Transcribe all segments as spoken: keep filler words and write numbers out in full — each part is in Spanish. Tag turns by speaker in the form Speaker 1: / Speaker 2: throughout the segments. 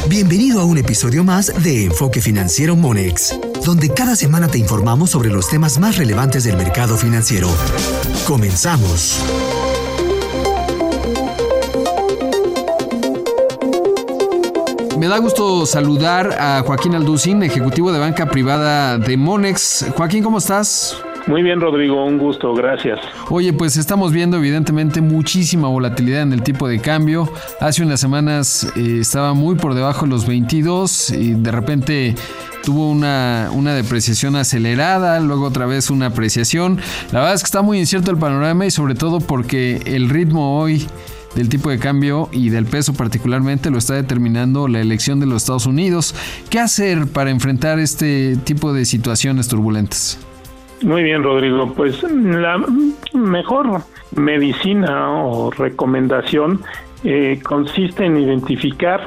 Speaker 1: Bienvenido a un episodio más de Enfoque Financiero Monex, donde cada semana te informamos sobre los temas más relevantes del mercado financiero. Comenzamos.
Speaker 2: Me da gusto saludar a Joaquín Alducin, ejecutivo de banca privada de Monex. Joaquín, ¿cómo estás?
Speaker 3: Muy bien, Rodrigo, un gusto, gracias.
Speaker 2: Oye, pues estamos viendo evidentemente muchísima volatilidad en el tipo de cambio. Hace unas semanas eh, estaba muy por debajo de los veintidós y de repente tuvo una, una depreciación acelerada, luego otra vez una apreciación. La verdad es que está muy incierto el panorama y sobre todo porque el ritmo hoy del tipo de cambio y del peso particularmente lo está determinando la elección de los Estados Unidos. ¿Qué hacer para enfrentar este tipo de situaciones turbulentas?
Speaker 3: Muy bien, Rodrigo. Pues la mejor medicina o recomendación eh, consiste en identificar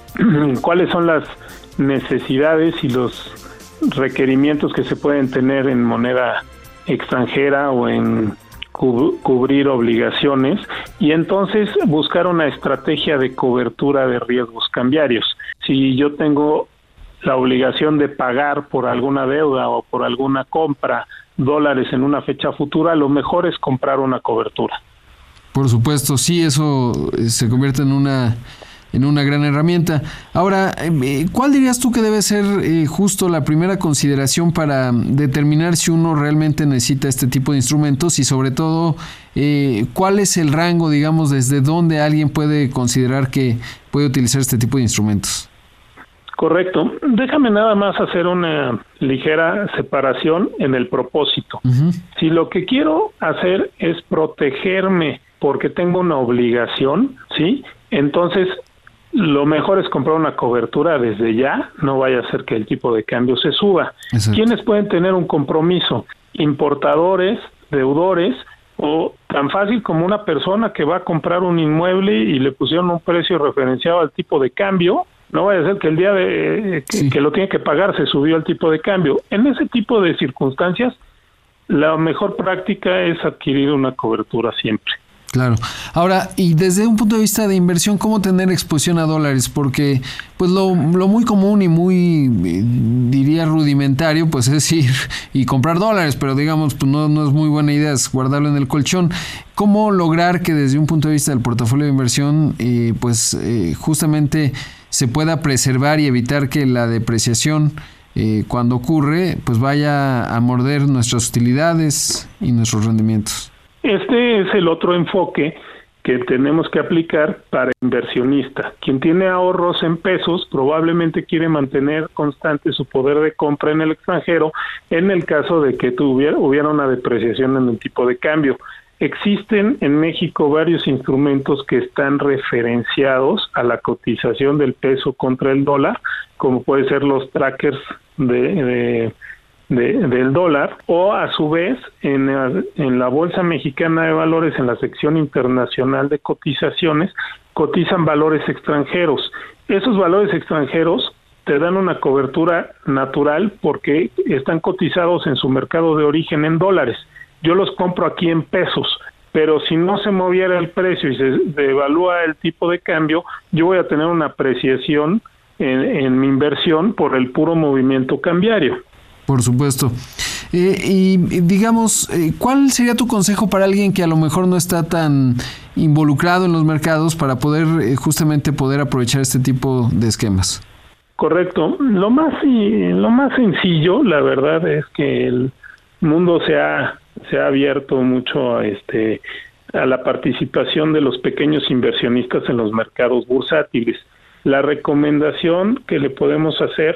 Speaker 3: cuáles son las necesidades y los requerimientos que se pueden tener en moneda extranjera o en cub- cubrir obligaciones y entonces buscar una estrategia de cobertura de riesgos cambiarios. Si yo tengo la obligación de pagar por alguna deuda o por alguna compra dólares en una fecha futura, lo mejor es comprar una cobertura.
Speaker 2: Por supuesto, sí, eso se convierte en una en una gran herramienta. Ahora, ¿cuál dirías tú que debe ser eh, justo la primera consideración para determinar si uno realmente necesita este tipo de instrumentos y sobre todo, eh, cuál es el rango, digamos, desde donde alguien puede considerar que puede utilizar este tipo de instrumentos?
Speaker 3: Correcto. Déjame nada más hacer una ligera separación en el propósito. Uh-huh. Si lo que quiero hacer es protegerme porque tengo una obligación, ¿sí? Entonces, lo mejor es comprar una cobertura desde ya, no vaya a ser que el tipo de cambio se suba. Exacto. ¿Quiénes pueden tener un compromiso? Importadores, deudores, o tan fácil como una persona que va a comprar un inmueble y le pusieron un precio referenciado al tipo de cambio. No vaya a ser que el día de que, sí. que lo tiene que pagar se subió el tipo de cambio. En ese tipo de circunstancias, la mejor práctica es adquirir una cobertura siempre.
Speaker 2: Claro. Ahora, y desde un punto de vista de inversión, ¿cómo tener exposición a dólares? Porque pues lo, lo muy común y muy, diría, rudimentario, pues es ir y comprar dólares, pero digamos, pues no, no es muy buena idea, es guardarlo en el colchón. ¿Cómo lograr que desde un punto de vista del portafolio de inversión, eh, pues eh, justamente se pueda preservar y evitar que la depreciación, eh, cuando ocurre, pues vaya a morder nuestras utilidades y nuestros rendimientos?
Speaker 3: Este es el otro enfoque que tenemos que aplicar para inversionista. Quien tiene ahorros en pesos probablemente quiere mantener constante su poder de compra en el extranjero en el caso de que tuviera, hubiera una depreciación en el tipo de cambio. Existen en México varios instrumentos que están referenciados a la cotización del peso contra el dólar, como puede ser los trackers de, de, de del dólar, o a su vez en, en la Bolsa Mexicana de Valores, en la sección internacional de cotizaciones, cotizan valores extranjeros. Esos valores extranjeros te dan una cobertura natural porque están cotizados en su mercado de origen en dólares. Yo los compro aquí en pesos, pero si no se moviera el precio y se devalúa el tipo de cambio, yo voy a tener una apreciación en, en mi inversión por el puro movimiento cambiario.
Speaker 2: Por supuesto. Eh, y digamos, eh, ¿cuál sería tu consejo para alguien que a lo mejor no está tan involucrado en los mercados para poder eh, justamente poder aprovechar este tipo de esquemas?
Speaker 3: Correcto. Lo más, lo más sencillo, la verdad, es que el mundo se ha se ha abierto mucho a este a la participación de los pequeños inversionistas en los mercados bursátiles. La recomendación que le podemos hacer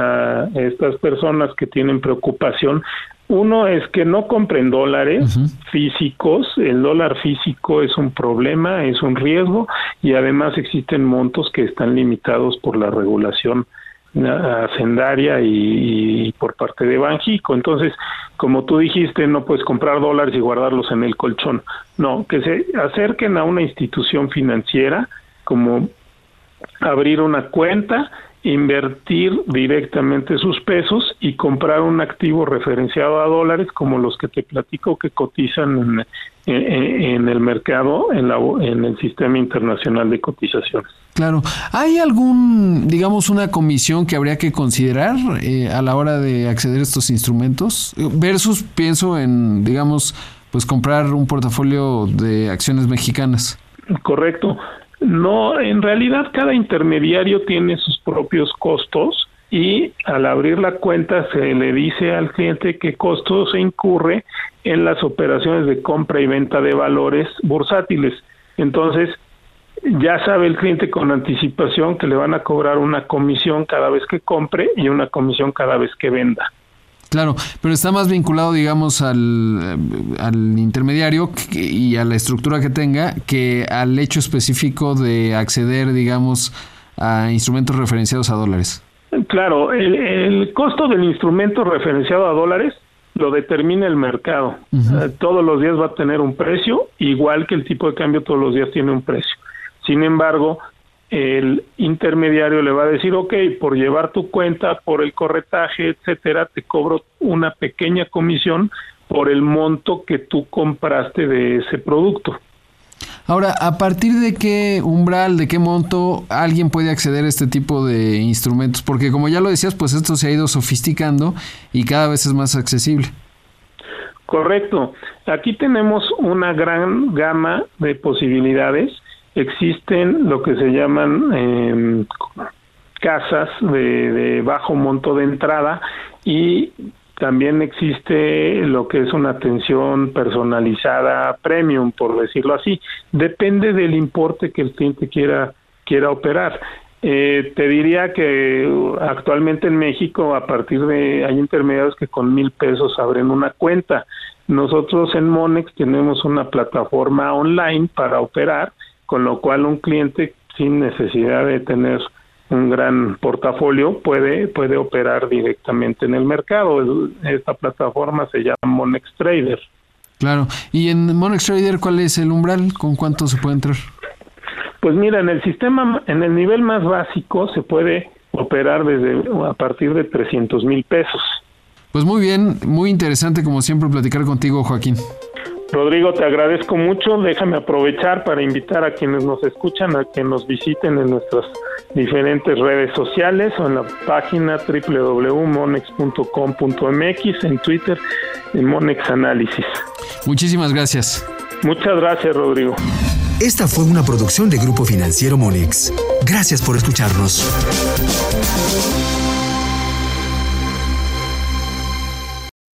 Speaker 3: a estas personas que tienen preocupación, uno es que no compren dólares uh-huh. físicos. El dólar físico es un problema, es un riesgo y además existen montos que están limitados por la regulación hacendaria y, y por parte de Banxico. Entonces, como tú dijiste, no puedes comprar dólares y guardarlos en el colchón. No, que se acerquen a una institución financiera, como abrir una cuenta, invertir directamente sus pesos y comprar un activo referenciado a dólares como los que te platico que cotizan en, en, en el mercado, en, la, en el sistema internacional de cotizaciones.
Speaker 2: Claro. ¿Hay algún, digamos, una comisión que habría que considerar eh, a la hora de acceder a estos instrumentos? Versus, pienso en, digamos, pues comprar un portafolio de acciones mexicanas.
Speaker 3: Correcto. No, en realidad cada intermediario tiene sus propios costos y al abrir la cuenta se le dice al cliente qué costo se incurre en las operaciones de compra y venta de valores bursátiles. Entonces, ya sabe el cliente con anticipación que le van a cobrar una comisión cada vez que compre y una comisión cada vez que venda.
Speaker 2: Claro, pero está más vinculado, digamos, al, al intermediario y a la estructura que tenga que al hecho específico de acceder, digamos, a instrumentos referenciados a dólares.
Speaker 3: Claro, el, el costo del instrumento referenciado a dólares lo determina el mercado. Uh-huh. Uh, todos los días va a tener un precio, igual que el tipo de cambio todos los días tiene un precio. Sin embargo, el intermediario le va a decir, ok, por llevar tu cuenta, por el corretaje, etcétera, te cobro una pequeña comisión por el monto que tú compraste de ese producto.
Speaker 2: Ahora, ¿a partir de qué umbral, de qué monto alguien puede acceder a este tipo de instrumentos? Porque como ya lo decías, pues esto se ha ido sofisticando y cada vez es más accesible.
Speaker 3: Correcto. Aquí tenemos una gran gama de posibilidades. Existen lo que se llaman eh, casas de, de bajo monto de entrada y también existe lo que es una atención personalizada premium, por decirlo así. Depende del importe que el cliente quiera quiera operar. Eh, te diría que actualmente en México, a partir de, hay intermediarios que con mil pesos abren una cuenta. Nosotros en Monex tenemos una plataforma online para operar, con lo cual un cliente sin necesidad de tener un gran portafolio puede puede operar directamente en el mercado. Esta plataforma se llama Monex Trader.
Speaker 2: Claro. ¿Y en Monex Trader cuál es el umbral? ¿Con cuánto se puede entrar?
Speaker 3: Pues mira, en el sistema, en el nivel más básico se puede operar desde a partir de trescientos mil pesos.
Speaker 2: Pues muy bien, muy interesante como siempre platicar contigo, Joaquín.
Speaker 3: Rodrigo, te agradezco mucho. Déjame aprovechar para invitar a quienes nos escuchan a que nos visiten en nuestras diferentes redes sociales o en la página doble u doble u doble u punto monex punto com punto m x, en Twitter, en Monex Análisis.
Speaker 2: Muchísimas gracias.
Speaker 3: Muchas gracias, Rodrigo.
Speaker 1: Esta fue una producción de Grupo Financiero Monex. Gracias por escucharnos.